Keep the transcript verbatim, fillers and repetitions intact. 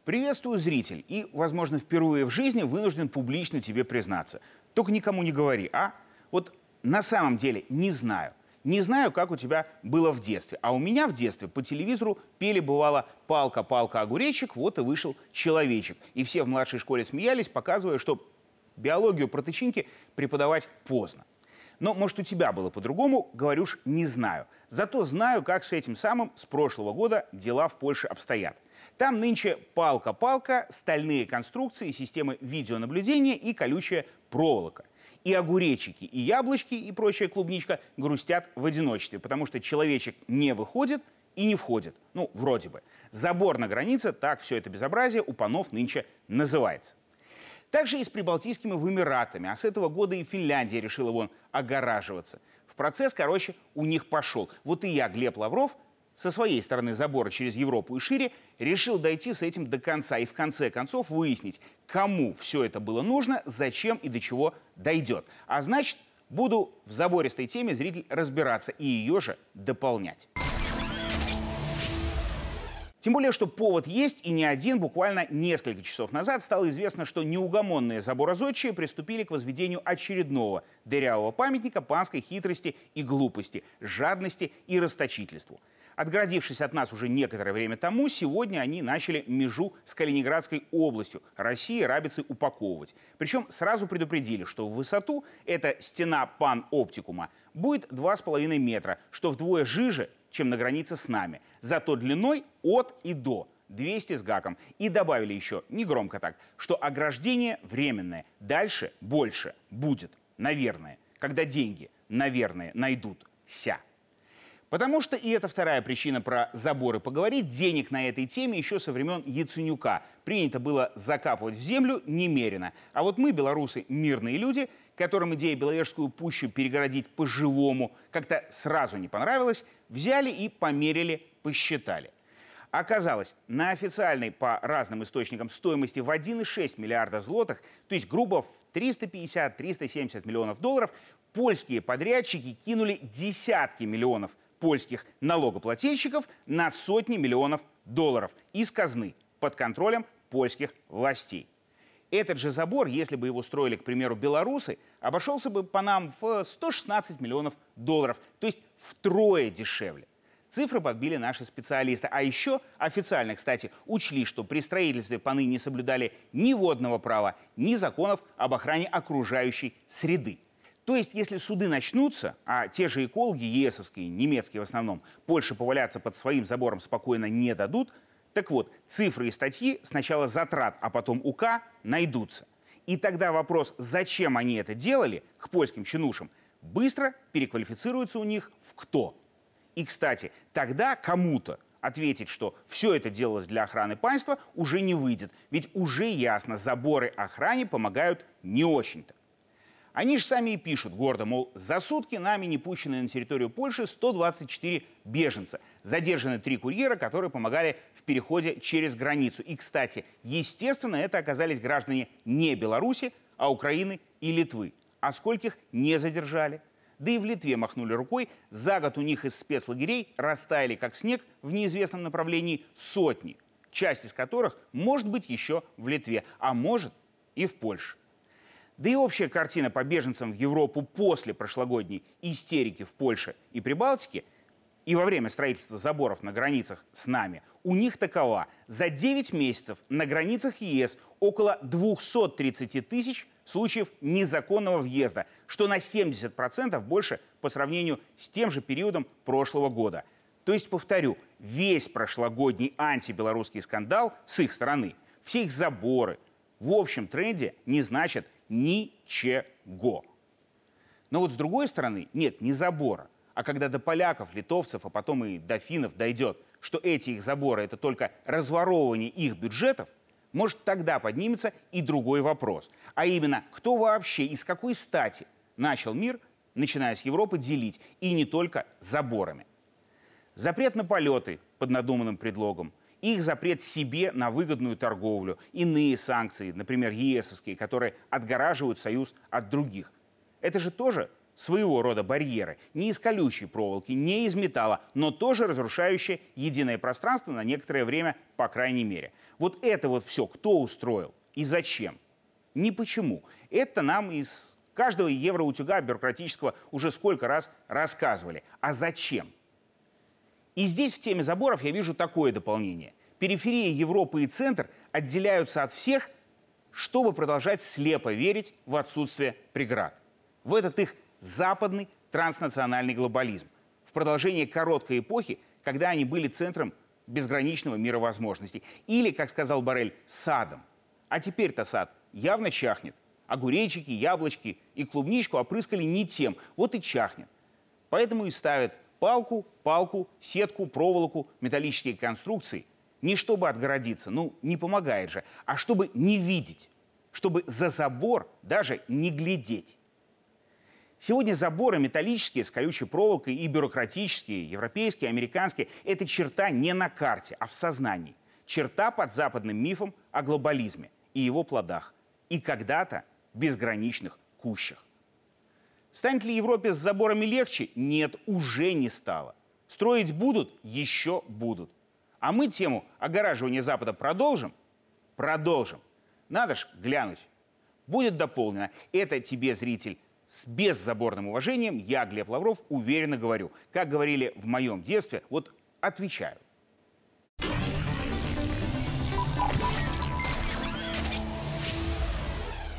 Приветствую, зритель, и, возможно, впервые в жизни вынужден публично тебе признаться. Только никому не говори, а? Вот на самом деле не знаю. Не знаю, как у тебя было в детстве. А у меня в детстве по телевизору пели, бывало, «Палка-палка, огуречек», вот и вышел человечек. И все в младшей школе смеялись, показывая, что биологию про тычинки преподавать поздно. Но, может, у тебя было по-другому, говорю ж, не знаю. Зато знаю, как с этим самым с прошлого года дела в Польше обстоят. Там нынче палка-палка, стальные конструкции, системы видеонаблюдения и колючая проволока. И огуречики, и яблочки, и прочая клубничка грустят в одиночестве, потому что человечек не выходит и не входит. Ну, вроде бы. Забор на границе, так все это безобразие у панов нынче называется. Также и с Прибалтийскими Эмиратами, а с этого года и Финляндия решила вон огораживаться. В процесс, короче, у них пошел. Вот и я, Глеб Лавров, со своей стороны забора через Европу и шире, решил дойти с этим до конца и в конце концов выяснить, кому все это было нужно, зачем и до чего дойдет. А значит, буду в забористой теме, зритель, разбираться и ее же дополнять. Тем более, что повод есть и не один. Буквально несколько часов назад стало известно, что неугомонные заборозодчие приступили к возведению очередного дырявого памятника панской хитрости и глупости, жадности и расточительству. Отгородившись от нас уже некоторое время тому, сегодня они начали межу с Калининградской областью России рабицы упаковывать. Причем сразу предупредили, что в высоту эта стена паноптикума будет два с половиной метра, что вдвое жиже, чем на границе с нами. Зато длиной от и до двести с гаком. И добавили еще, негромко так, что ограждение временное. Дальше больше будет, наверное, когда деньги, наверное, найдутся. Потому что, и это вторая причина про заборы поговорить, денег на этой теме еще со времен Яценюка принято было закапывать в землю немерено. А вот мы, белорусы, мирные люди, которым идея Беловежскую пущу перегородить по-живому как-то сразу не понравилась, взяли и померили, посчитали. Оказалось, на официальной по разным источникам стоимости в один и шесть миллиарда злотых, то есть грубо в триста пятьдесят — триста семьдесят миллионов долларов, польские подрядчики кинули десятки миллионов польских налогоплательщиков на сотни миллионов долларов из казны под контролем польских властей. Этот же забор, если бы его строили, к примеру, белорусы, обошелся бы по нам в сто шестнадцать миллионов долларов, то есть втрое дешевле. Цифры подбили наши специалисты. А еще официально, кстати, учли, что при строительстве паны не соблюдали ни водного права, ни законов об охране окружающей среды. То есть, если суды начнутся, а те же экологи, ЕСовские, немецкие в основном, Польше поваляться под своим забором спокойно не дадут, так вот, цифры и статьи сначала затрат, а потом УК найдутся. И тогда вопрос, зачем они это делали, к польским чинушам, быстро переквалифицируется у них в «кто». И, кстати, тогда кому-то ответить, что все это делалось для охраны панства, уже не выйдет. Ведь уже ясно, заборы охране помогают не очень-то. Они же сами и пишут гордо, мол, за сутки нами не пущены на территорию Польши сто двадцать четыре беженца. Задержаны три курьера, которые помогали в переходе через границу. И, кстати, естественно, это оказались граждане не Беларуси, а Украины и Литвы. А скольких не задержали? Да и в Литве махнули рукой. За год у них из спецлагерей растаяли, как снег, в неизвестном направлении сотни. Часть из которых может быть еще в Литве, а может и в Польше. Да и общая картина по беженцам в Европу после прошлогодней истерики в Польше и Прибалтике и во время строительства заборов на границах с нами у них такова. За девять месяцев на границах ЕС около двухсот тридцати тысяч случаев незаконного въезда, что на семьдесят процентов больше по сравнению с тем же периодом прошлого года. То есть, повторю, весь прошлогодний антибелорусский скандал с их стороны, все их заборы в общем тренде не значат ничего. Но вот с другой стороны, нет, не забора. А когда до поляков, литовцев, а потом и до финнов дойдет, что эти их заборы – это только разворовывание их бюджетов, может, тогда поднимется и другой вопрос. А именно, кто вообще и с какой стати начал мир, начиная с Европы, делить, и не только заборами. Запрет на полеты под надуманным предлогом, их запрет себе на выгодную торговлю, иные санкции, например, ЕСовские, которые отгораживают Союз от других. Это же тоже Своего рода барьеры, не из колючей проволоки, не из металла, но тоже разрушающие единое пространство на некоторое время, по крайней мере. Вот это вот все кто устроил и зачем? Не почему. Это нам из каждого евроутюга бюрократического уже сколько раз рассказывали. А зачем? И здесь в теме заборов я вижу такое дополнение. Периферия Европы и центр отделяются от всех, чтобы продолжать слепо верить в отсутствие преград. В этот их западный транснациональный глобализм. В продолжение короткой эпохи, когда они были центром безграничного мира возможностей. Или, как сказал Боррель, садом. А теперь-то сад явно чахнет. Огуречики, яблочки и клубничку опрыскали не тем. Вот и чахнет. Поэтому и ставят палку, палку, сетку, проволоку, металлические конструкции. Не чтобы отгородиться, ну не помогает же, а чтобы не видеть. Чтобы за забор даже не глядеть. Сегодня заборы металлические, с колючей проволокой и бюрократические, европейские, американские – это черта не на карте, а в сознании. Черта под западным мифом о глобализме и его плодах. И когда-то безграничных кущах. Станет ли Европе с заборами легче? Нет, уже не стало. Строить будут? Еще будут. А мы тему огораживания Запада продолжим? Продолжим. Надо ж глянуть. Будет дополнено. Это тебе, зритель, с беззаборным уважением я, Глеб Лавров, уверенно говорю. Как говорили в моем детстве, вот отвечаю.